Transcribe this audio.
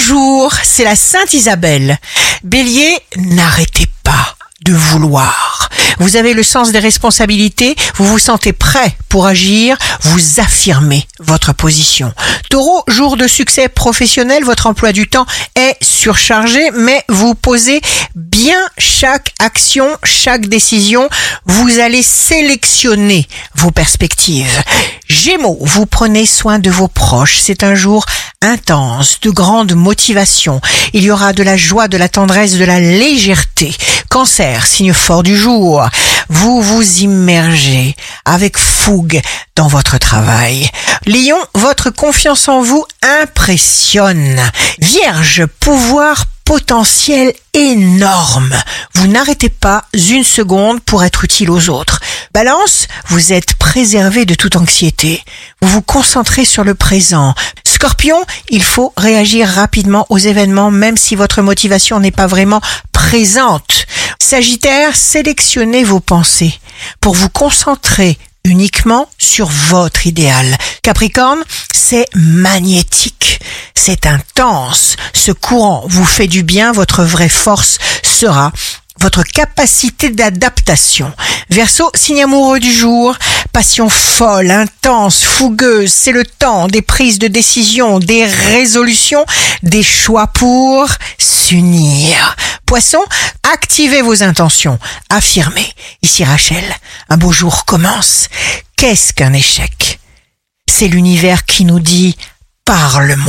Bonjour, c'est la Sainte Isabelle. Bélier, n'arrêtez pas de vouloir. Vous avez le sens des responsabilités, vous vous sentez prêt pour agir, vous affirmez votre position. Taureau, jour de succès professionnel, votre emploi du temps est surchargé, mais vous posez bien chaque action, chaque décision. Vous allez sélectionner vos perspectives. Gémeaux, vous prenez soin de vos proches. C'est un jour intense, de grande motivation. Il y aura de la joie, de la tendresse, de la légèreté. Cancer, signe fort du jour. Vous vous immergez avec fougue dans votre travail. Lion, votre confiance en vous impressionne. Vierge, pouvoir potentiel énorme. Vous n'arrêtez pas une seconde pour être utile aux autres. Balance, vous êtes préservé de toute anxiété. Vous vous concentrez sur le présent. Scorpion, il faut réagir rapidement aux événements même si votre motivation n'est pas vraiment présente. Sagittaire, sélectionnez vos pensées pour vous concentrer uniquement sur votre idéal. Capricorne, c'est magnétique, c'est intense. Ce courant vous fait du bien, votre vraie force sera votre capacité d'adaptation. Verseau, signe amoureux du jour, passion folle, intense, fougueuse, c'est le temps des prises de décision, des résolutions, des choix pour s'unir. Poisson, activez vos intentions, affirmez. Ici Rachel, un beau jour commence. Qu'est-ce qu'un échec ? C'est l'univers qui nous dit « parle-moi ».